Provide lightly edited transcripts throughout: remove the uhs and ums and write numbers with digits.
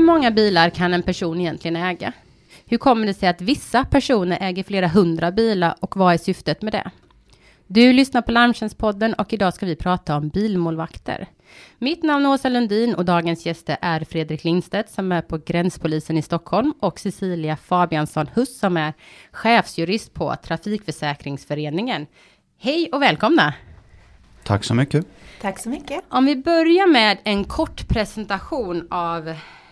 många bilar kan en person egentligen äga? Hur kommer det sig att vissa personer äger flera 100 bilar och vad är syftet med det? Du lyssnar på Larmtjänstpodden och idag ska vi prata om bilmålvakter. Mitt namn är Åsa Lundin och dagens gäster är Fredrik Lindstedt som är på Gränspolisen i Stockholm och Cecilia Fabiansson Huss som är chefsjurist på Trafikförsäkringsföreningen. Hej och välkomna! Tack så mycket. Tack så mycket. Om vi börjar med en kort presentation av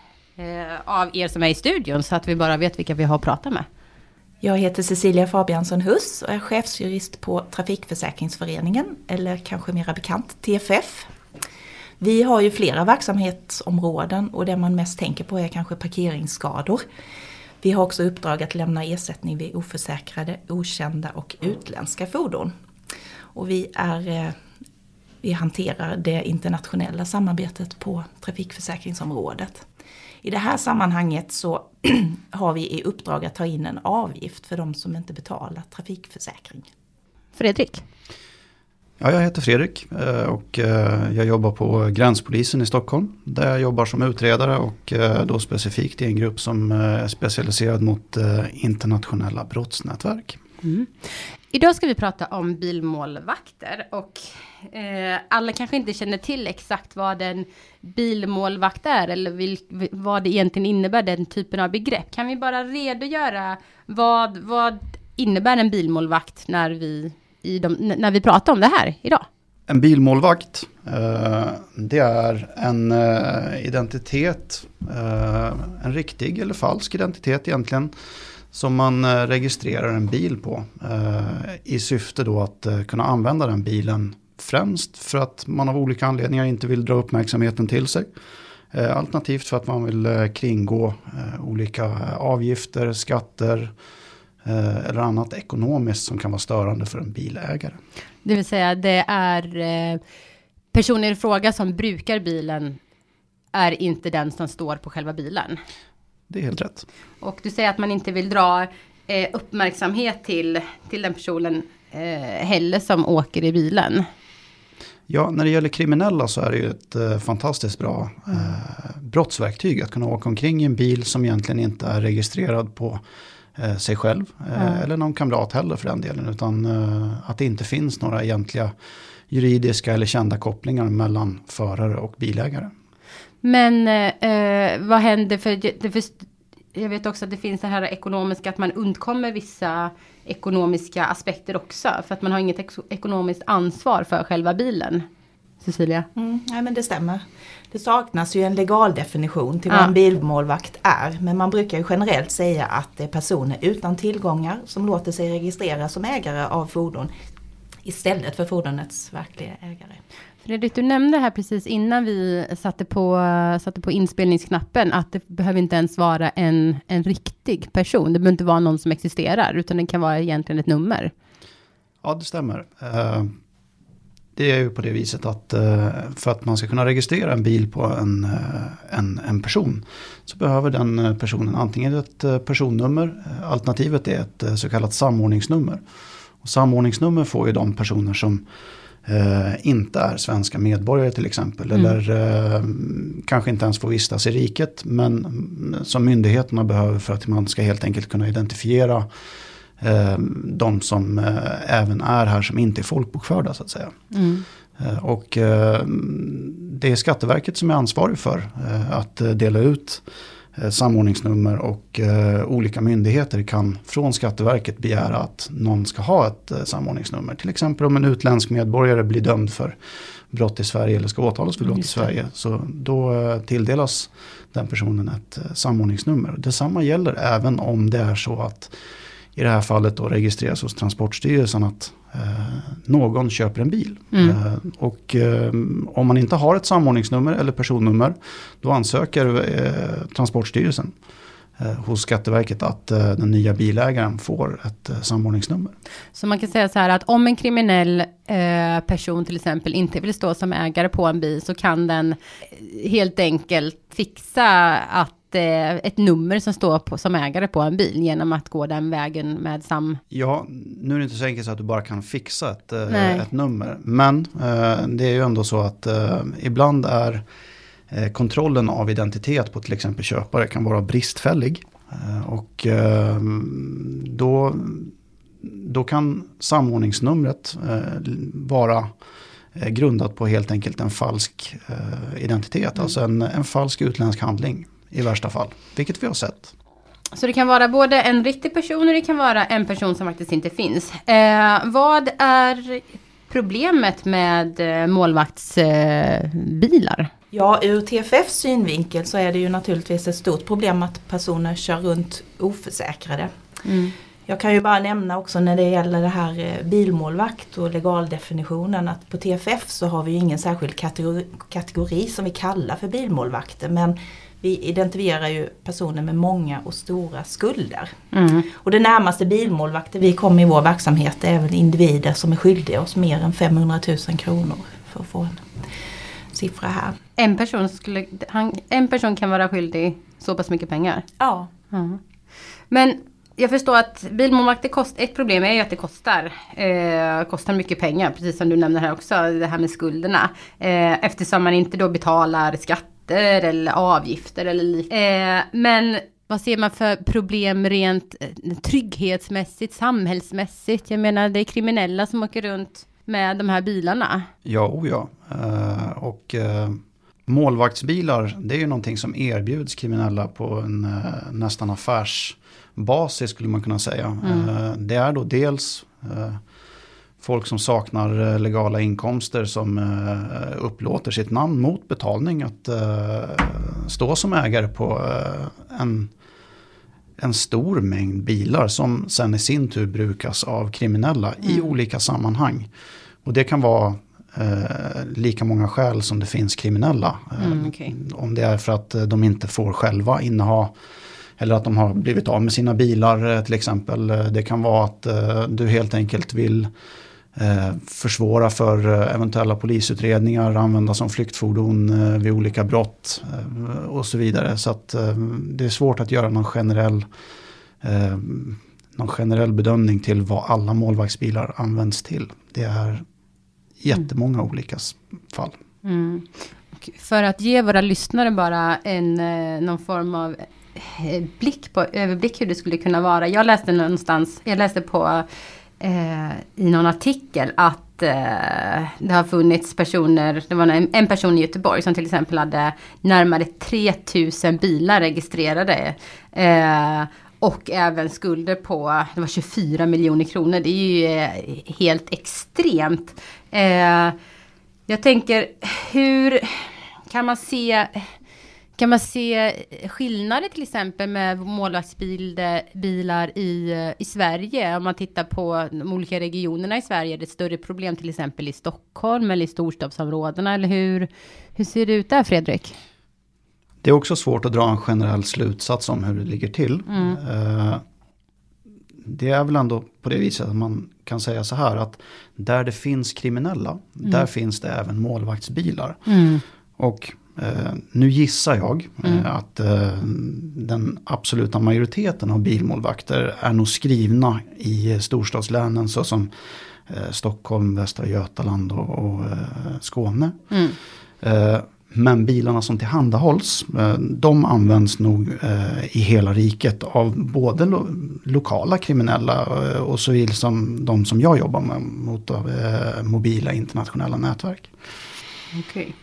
er som är i studion så att vi bara vet vilka vi har att prata med. Jag heter Cecilia Fabiansson Huss och är chefsjurist på Trafikförsäkringsföreningen, eller kanske mera bekant TFF. Vi har ju flera verksamhetsområden och det man mest tänker på är kanske parkeringsskador. Vi har också uppdrag att lämna ersättning vid oförsäkrade, okända och utländska fordon. Och vi hanterar det internationella samarbetet på trafikförsäkringsområdet. I det här sammanhanget så har vi i uppdrag att ta in en avgift för de som inte betalar trafikförsäkring. Fredrik? Ja, jag heter Fredrik och jag jobbar på Gränspolisen i Stockholm. Där jag jobbar som utredare och då specifikt i en grupp som är specialiserad mot internationella brottsnätverk. Mm. Idag ska vi prata om bilmålvakter och alla kanske inte känner till exakt vad en bilmålvakt är eller vad det egentligen innebär, den typen av begrepp. Kan vi bara redogöra vad innebär en bilmålvakt när vi pratar om det här idag? En bilmålvakt, det är en identitet, en riktig eller falsk identitet egentligen, som man registrerar en bil på i syfte då att kunna använda den bilen främst för att man av olika anledningar inte vill dra uppmärksamheten till sig. Alternativt för att man vill kringgå olika avgifter, skatter eller annat ekonomiskt som kan vara störande för en bilägare. Det vill säga det är personer i fråga som brukar bilen är inte den som står på själva bilen. Det är helt rätt. Och du säger att man inte vill dra uppmärksamhet till den personen heller som åker i bilen. Ja, när det gäller kriminella så är det ju ett fantastiskt bra brottsverktyg att kunna åka omkring i en bil som egentligen inte är registrerad på sig själv eller någon kamrat heller för den delen, utan att det inte finns några egentliga juridiska eller kända kopplingar mellan förare och bilägare. Men vad händer för jag vet också att det finns det här ekonomiska, att man undkommer vissa ekonomiska aspekter också för att man har inget ekonomiskt ansvar för själva bilen. Cecilia? Nej, men det stämmer. Det saknas ju en legal definition till vad en bilmålvakt är, men man brukar ju generellt säga att det är personer utan tillgångar som låter sig registrera som ägare av fordon istället för fordonets verkliga ägare. Fredrik, du nämnde här precis innan vi satte på inspelningsknappen att det behöver inte ens vara en riktig person. Det behöver inte vara någon som existerar utan det kan vara egentligen ett nummer. Ja, det stämmer. Det är ju på det viset att för att man ska kunna registrera en bil på en person så behöver den personen antingen ett personnummer, alternativet är ett så kallat samordningsnummer. Och samordningsnummer får ju de personer som inte är svenska medborgare till exempel eller kanske inte ens får vistas i riket, men som myndigheterna behöver för att man ska helt enkelt kunna identifiera de som även är här som inte är folkbokförda så att säga. Och det är Skatteverket som är ansvarig för att dela ut samordningsnummer och olika myndigheter kan från Skatteverket begära att någon ska ha ett samordningsnummer. Till exempel om en utländsk medborgare blir dömd för brott i Sverige eller ska åtalas för brott i Sverige, så då tilldelas den personen ett samordningsnummer. Detsamma gäller även om det är så att i det här fallet då registreras hos Transportstyrelsen att någon köper en bil. Och om man inte har ett samordningsnummer eller personnummer, då ansöker Transportstyrelsen hos Skatteverket att den nya bilägaren får ett samordningsnummer. Så man kan säga så här att om en kriminell person till exempel inte vill stå som ägare på en bil så kan den helt enkelt fixa att ett nummer som står som ägare på en bil genom att gå den vägen med Ja, nu är det inte så enkelt så att du bara kan fixa ett nummer. Men det är ju ändå så att ibland är kontrollen av identitet på till exempel köpare kan vara bristfällig. Och då kan samordningsnumret vara grundat på helt enkelt en falsk identitet. Alltså en falsk utländsk handling i värsta fall. Vilket vi har sett. Så det kan vara både en riktig person och det kan vara en person som faktiskt inte finns. Vad är problemet med målvaktsbilar? Ja, ur TFFs synvinkel så är det ju naturligtvis ett stort problem att personer kör runt oförsäkrade. Jag kan ju bara nämna också när det gäller det här bilmålvakt och legaldefinitionen att på TFF så har vi ju ingen särskild kategori som vi kallar för bilmålvakter, men vi identifierar ju personer med många och stora skulder. Och det närmaste bilmålvakter vi kommer i vår verksamhet är även individer som är skyldiga oss mer än 500 000 kronor för att få en siffra här. En person kan vara skyldig så pass mycket pengar? Ja. Men jag förstår att bilmålvakter ett problem är ju att det kostar mycket pengar, precis som du nämner här också, det här med skulderna. Eftersom man inte då betalar skatter eller avgifter eller men vad ser man för problem rent trygghetsmässigt, samhällsmässigt? Jag menar, det är kriminella som åker runt med de här bilarna. Ja. Och målvaktsbilar, det är ju någonting som erbjuds kriminella på en nästan affärsbasis skulle man kunna säga. Det är då dels folk som saknar legala inkomster som upplåter sitt namn mot betalning att stå som ägare på en stor mängd bilar som sen i sin tur brukas av kriminella i olika sammanhang. Och det kan vara lika många skäl som det finns kriminella. Om det är för att de inte får själva inneha eller att de har blivit av med sina bilar till exempel. Det kan vara att du helt enkelt vill försvåra för eventuella polisutredningar, använda som flyktfordon vid olika brott och så vidare. Så att det är svårt att göra någon generell bedömning till vad alla målvaktsbilar används till. Det är jättemånga olika fall. För att ge våra lyssnare bara någon form av överblick hur det skulle kunna vara. Jag läste på i någon artikel att det har funnits personer, det var en person i Göteborg som till exempel hade närmare 3000 bilar registrerade och även skulder på, det var 24 miljoner kronor. Det är ju helt extremt. Jag tänker, hur kan man se skillnader till exempel med målvaktsbilar i Sverige? Om man tittar på de olika regionerna i Sverige, är det ett större problem till exempel i Stockholm eller i storstadsområdena? Eller hur ser det ut där, Fredrik? Det är också svårt att dra en generell slutsats om hur det ligger till. Det är väl ändå på det viset att man kan säga så här att där det finns kriminella, där finns det även målvaktsbilar. Och nu gissar jag att den absoluta majoriteten av bilmålvakter är nog skrivna i storstadslänen såsom Stockholm, Västra Götaland och Skåne. Men bilarna som tillhandahålls, de används nog i hela riket av både lokala kriminella och såväl som de som jag jobbar med mot mobila internationella nätverk. Okej.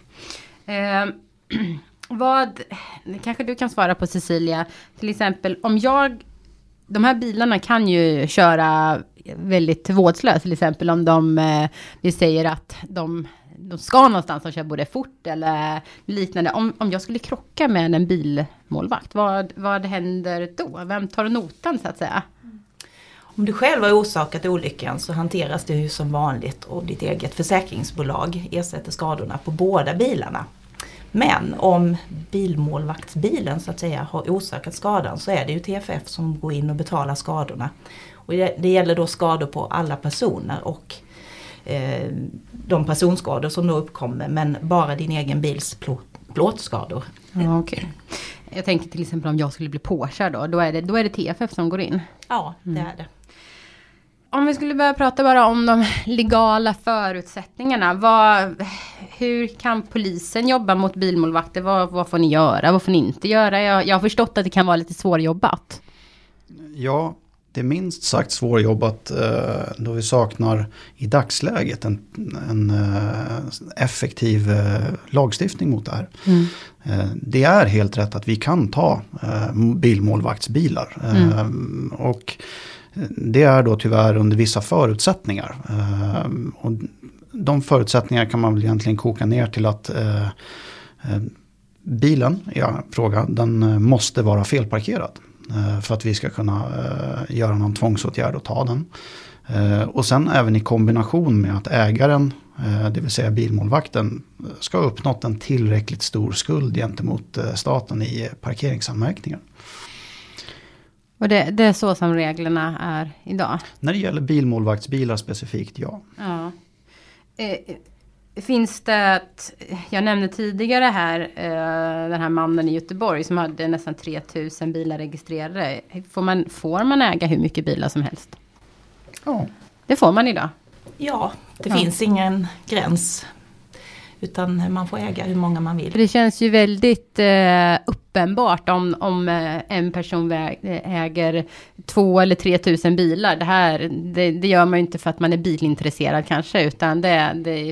Kanske du kan svara på, Cecilia, till exempel de här bilarna kan ju köra väldigt vårdslöst, till exempel om vi säger att de ska någonstans och kör både fort eller liknande. Om jag skulle krocka med en bilmålvakt, vad händer då? Vem tar notan så att säga? Om du själv har orsakat olyckan så hanteras det ju som vanligt och ditt eget försäkringsbolag ersätter skadorna på båda bilarna. Men om bilmålvaktsbilen så att säga har orsakat skadan så är det ju TFF som går in och betalar skadorna. Och det gäller då skador på alla personer och de personskador som då uppkommer, men bara din egen bils plåtskador. Ja, okej. Jag tänker till exempel om jag skulle bli påkörd då är det TFF som går in. Ja, det är det. Om vi skulle börja prata bara om de legala förutsättningarna. Hur kan polisen jobba mot bilmålvakter? Vad får ni göra? Vad får ni inte göra? Jag har förstått att det kan vara lite svårjobbat. Ja, det är minst sagt svårjobbat då vi saknar i dagsläget en effektiv lagstiftning mot det här. Det är helt rätt att vi kan ta bilmålvaktsbilar. Och det är då tyvärr under vissa förutsättningar. Och de förutsättningar kan man väl egentligen koka ner till att bilen, den måste vara felparkerad. För att vi ska kunna göra någon tvångsåtgärd och ta den. Och sen även i kombination med att ägaren, det vill säga bilmålvakten, ska ha uppnått en tillräckligt stor skuld gentemot staten i parkeringsanmärkningar. Och det är så som reglerna är idag? När det gäller bilmålvaktsbilar specifikt, ja. Finns det, jag nämnde tidigare här, den här mannen i Göteborg som hade nästan 3000 bilar registrerade. Får man äga hur mycket bilar som helst? Ja. Det får man idag? Ja, det finns ingen gräns. Utan man får äga hur många man vill. Det känns ju väldigt uppenbart om en person äger 2 eller 3000 bilar. Det gör man ju inte för att man är bilintresserad kanske, utan det är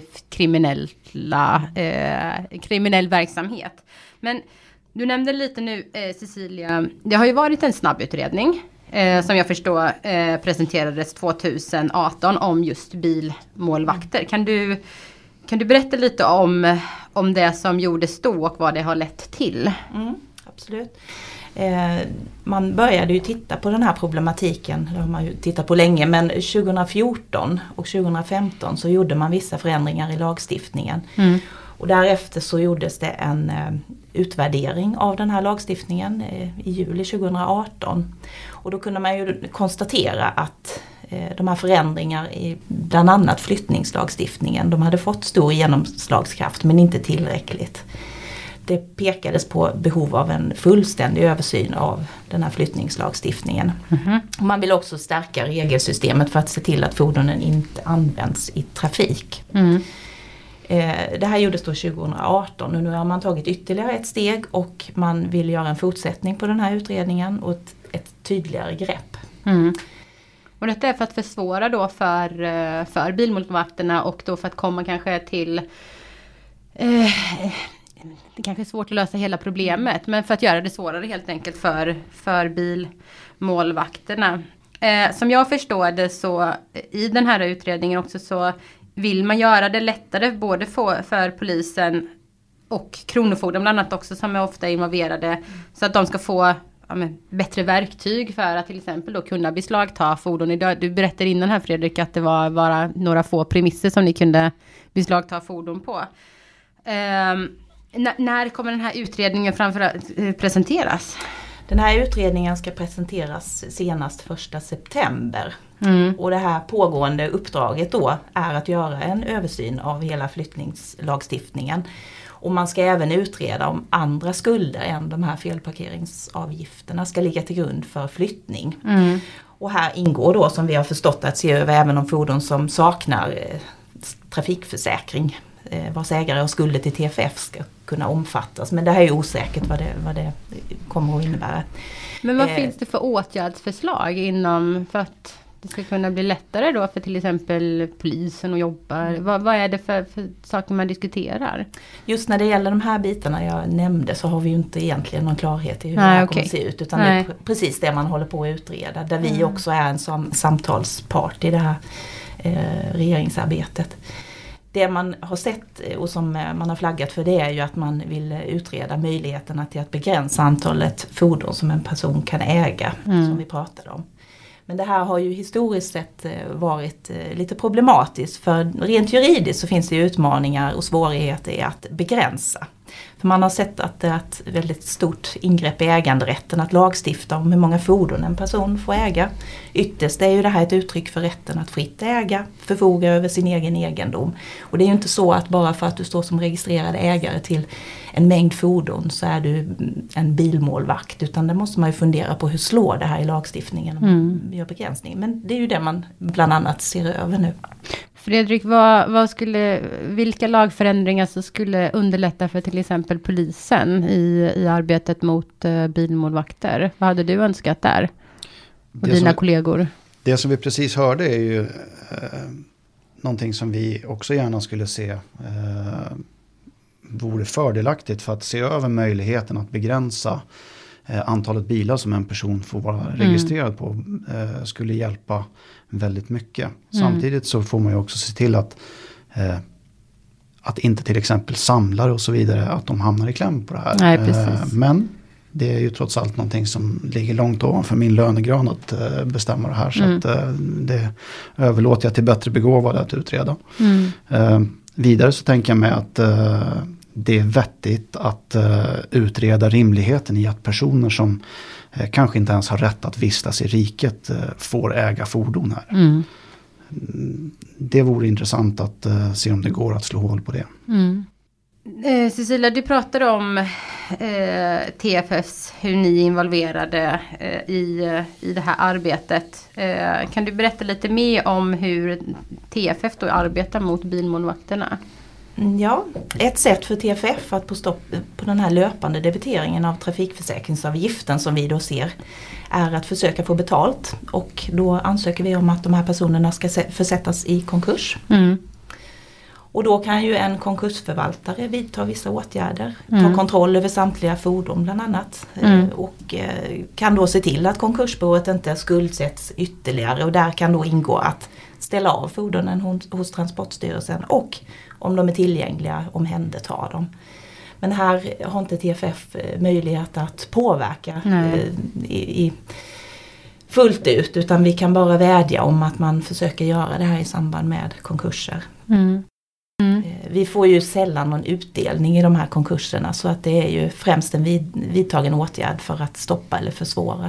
kriminell verksamhet. Men du nämnde lite nu, Cecilia, det har ju varit en snabbutredning som jag förstår presenterades 2018 om just bilmålvakter. Kan du berätta lite om det som gjordes då och vad det har lett till? Absolut. Man började ju titta på den här problematiken, det har man ju tittat på länge, men 2014 och 2015 så gjorde man vissa förändringar i lagstiftningen. Och därefter så gjordes det en utvärdering av den här lagstiftningen i juli 2018. Och då kunde man ju konstatera att de här förändringar i bland annat flyttningslagstiftningen, de hade fått stor genomslagskraft men inte tillräckligt. Det pekades på behov av en fullständig översyn av den här flyttningslagstiftningen. Man vill också stärka regelsystemet för att se till att fordonen inte används i trafik. Det här gjordes då 2018 och nu har man tagit ytterligare ett steg och man vill göra en fortsättning på den här utredningen och ett tydligare grepp. Och detta är för att försvåra då för bilmålvakterna och då för att komma kanske till det kanske är svårt att lösa hela problemet, men för att göra det svårare helt enkelt för bilmålvakterna. Som jag förstår det så i den här utredningen också så vill man göra det lättare både för polisen och kronofogden bland annat också som är ofta involverade så att de ska få bättre verktyg för att till exempel då kunna beslagta fordon. Du berättade innan här Fredrik att det var bara några få premisser som ni kunde beslagta fordon på. När kommer den här utredningen framförallt presenteras? Den här utredningen ska presenteras senast 1 september. Och det här pågående uppdraget då är att göra en översyn av hela flyttningslagstiftningen. Och man ska även utreda om andra skulder än de här felparkeringsavgifterna ska ligga till grund för flyttning. Och här ingår då som vi har förstått att se över även de fordon som saknar trafikförsäkring. Vars ägare och skulder till TFF ska kunna omfattas. Men det här är ju osäkert vad det kommer att innebära. Men vad finns det för åtgärdsförslag för att det ska kunna bli lättare då för till exempel polisen att jobba? Vad är det för saker man diskuterar? Just när det gäller de här bitarna jag nämnde så har vi ju inte egentligen någon klarhet i hur det här kommer att se ut. Utan det är precis det man håller på att utreda. Där vi också är en samtalspart i det här regeringsarbetet. Det man har sett och som man har flaggat för det är ju att man vill utreda möjligheterna till att begränsa antalet fordon som en person kan äga, som vi pratade om. Men det här har ju historiskt sett varit lite problematiskt för rent juridiskt så finns det ju utmaningar och svårigheter i att begränsa. För man har sett att det är ett väldigt stort ingrepp i äganderätten att lagstifta om hur många fordon en person får äga. Ytterst är ju det här ett uttryck för rätten att fritt äga, förfoga över sin egen egendom. Och det är ju inte så att bara för att du står som registrerad ägare till en mängd fordon så är du en bilmålvakt. Utan det måste man ju fundera på, hur slår det här i lagstiftningen om man gör begränsning. Men det är ju det man bland annat ser över nu. Fredrik, vilka lagförändringar så skulle underlätta för till exempel polisen i arbetet mot bilmålvakter? Vad hade du önskat där? Och dina kollegor? Det som vi precis hörde är ju någonting som vi också gärna skulle se vore fördelaktigt för att se över möjligheten att begränsa antalet bilar som en person får vara registrerad på skulle hjälpa väldigt mycket. Samtidigt så får man ju också se till att inte till exempel samlare och så vidare, att de hamnar i kläm på det här. Nej, precis. Men det är ju trots allt någonting som ligger långt ovanför min lönegran att bestämma det här. Så att det överlåter jag till bättre begåvade att utreda. Vidare så tänker jag mig att det är vettigt att utreda rimligheten i att personer som kanske inte ens har rätt att vistas i riket får äga fordon här. Det vore intressant att se om det går att slå hål på det. Cecilia, du pratade om TFFs, hur ni är involverade i det här arbetet. Kan du berätta lite mer om hur TFF då arbetar mot bilmålvakterna? Ja, ett sätt för TFF att få stopp på den här löpande debiteringen av trafikförsäkringsavgiften som vi då ser är att försöka få betalt. Och då ansöker vi om att de här personerna ska försättas i konkurs. Och då kan ju en konkursförvaltare vidta vissa åtgärder. Ta kontroll över samtliga fordon bland annat. Och kan då se till att konkursboet inte skuldsätts ytterligare. Och där kan då ingå att ställa av fordonen hos Transportstyrelsen och om de är tillgängliga omhänderta dem. Men här har inte TFF möjlighet att påverka fullt ut, utan vi kan bara vädja om att man försöker göra det här i samband med konkurser. Vi får ju sällan någon utdelning i de här konkurserna, så att det är ju främst en vidtagen åtgärd för att stoppa eller försvåra.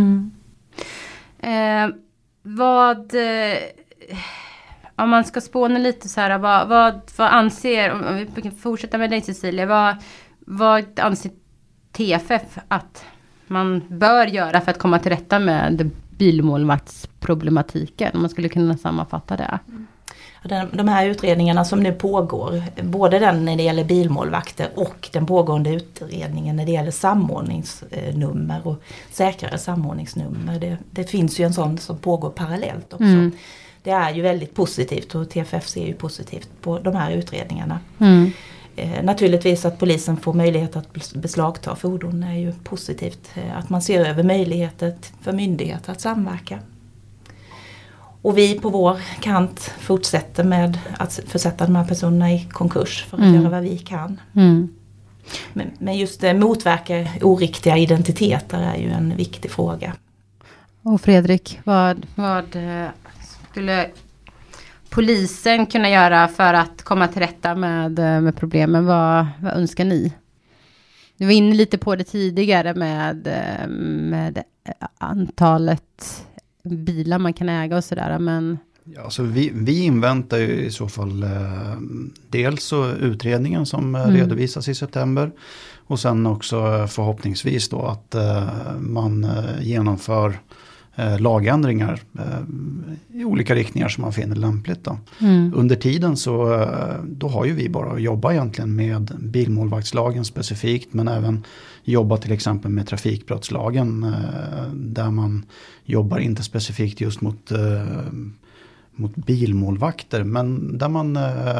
Om man ska spåna lite så här, vad anser, om vi fortsätter med dig Cecilia, vad anser TFF att man bör göra för att komma till rätta med bilmålvaktsproblematiken, om man skulle kunna sammanfatta det? De här utredningarna som nu pågår, både den när det gäller bilmålvakter och den pågående utredningen när det gäller samordningsnummer och säkrare samordningsnummer. Det finns ju en sån som pågår parallellt också. Det är ju väldigt positivt och TFF ser ju positivt på de här utredningarna. Naturligtvis att polisen får möjlighet att beslagta fordon är ju positivt. Att man ser över möjligheter för myndigheter att samverka. Och vi på vår kant fortsätter med att försätta de här personerna i konkurs för att göra vad vi kan. Men just motverka oriktiga identiteter är ju en viktig fråga. Och Fredrik, vad skulle polisen kunna göra för att komma till rätta med problemen? Vad önskar ni? Du var inne lite på det tidigare med antalet bilar man kan äga och sådär, men... Ja, så vi inväntar ju i så fall dels så utredningen som redovisas i september, och sen också förhoppningsvis då att man genomför lagändringar i olika riktningar som man finner lämpligt då. Under tiden så då har ju vi bara att jobba egentligen med bilmålvaktslagen specifikt, men även jobba till exempel med trafikbrottslagen där man jobbar inte specifikt just mot bilmålvakter, men där man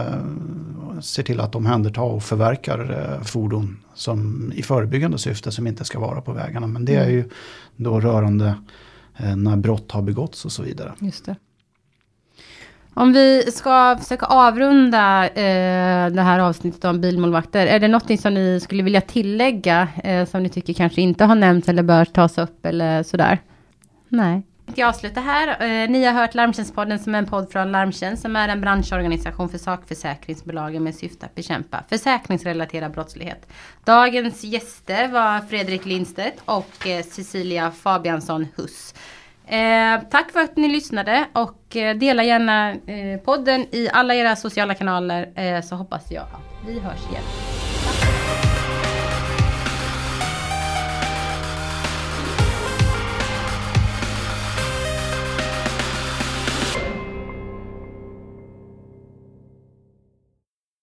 ser till att omhänderta och förverkar fordon som i förebyggande syfte som inte ska vara på vägarna. Men det är ju då rörande när brott har begåtts och så vidare. Just det. Om vi ska försöka avrunda det här avsnittet om bilmålvakter, är det något som ni skulle vilja tillägga som ni tycker kanske inte har nämnts eller bör tas upp eller sådär? Nej. tänkte jag avsluta här. Ni har hört Larmtjänstpodden som är en podd från Larmtjänst som är en branschorganisation för sakförsäkringsbolagen med syfte att bekämpa försäkringsrelaterad brottslighet. Dagens gäster var Fredrik Lindstedt och Cecilia Fabiansson Huss. Tack för att ni lyssnade och dela gärna podden i alla era sociala kanaler så hoppas jag att vi hörs igen.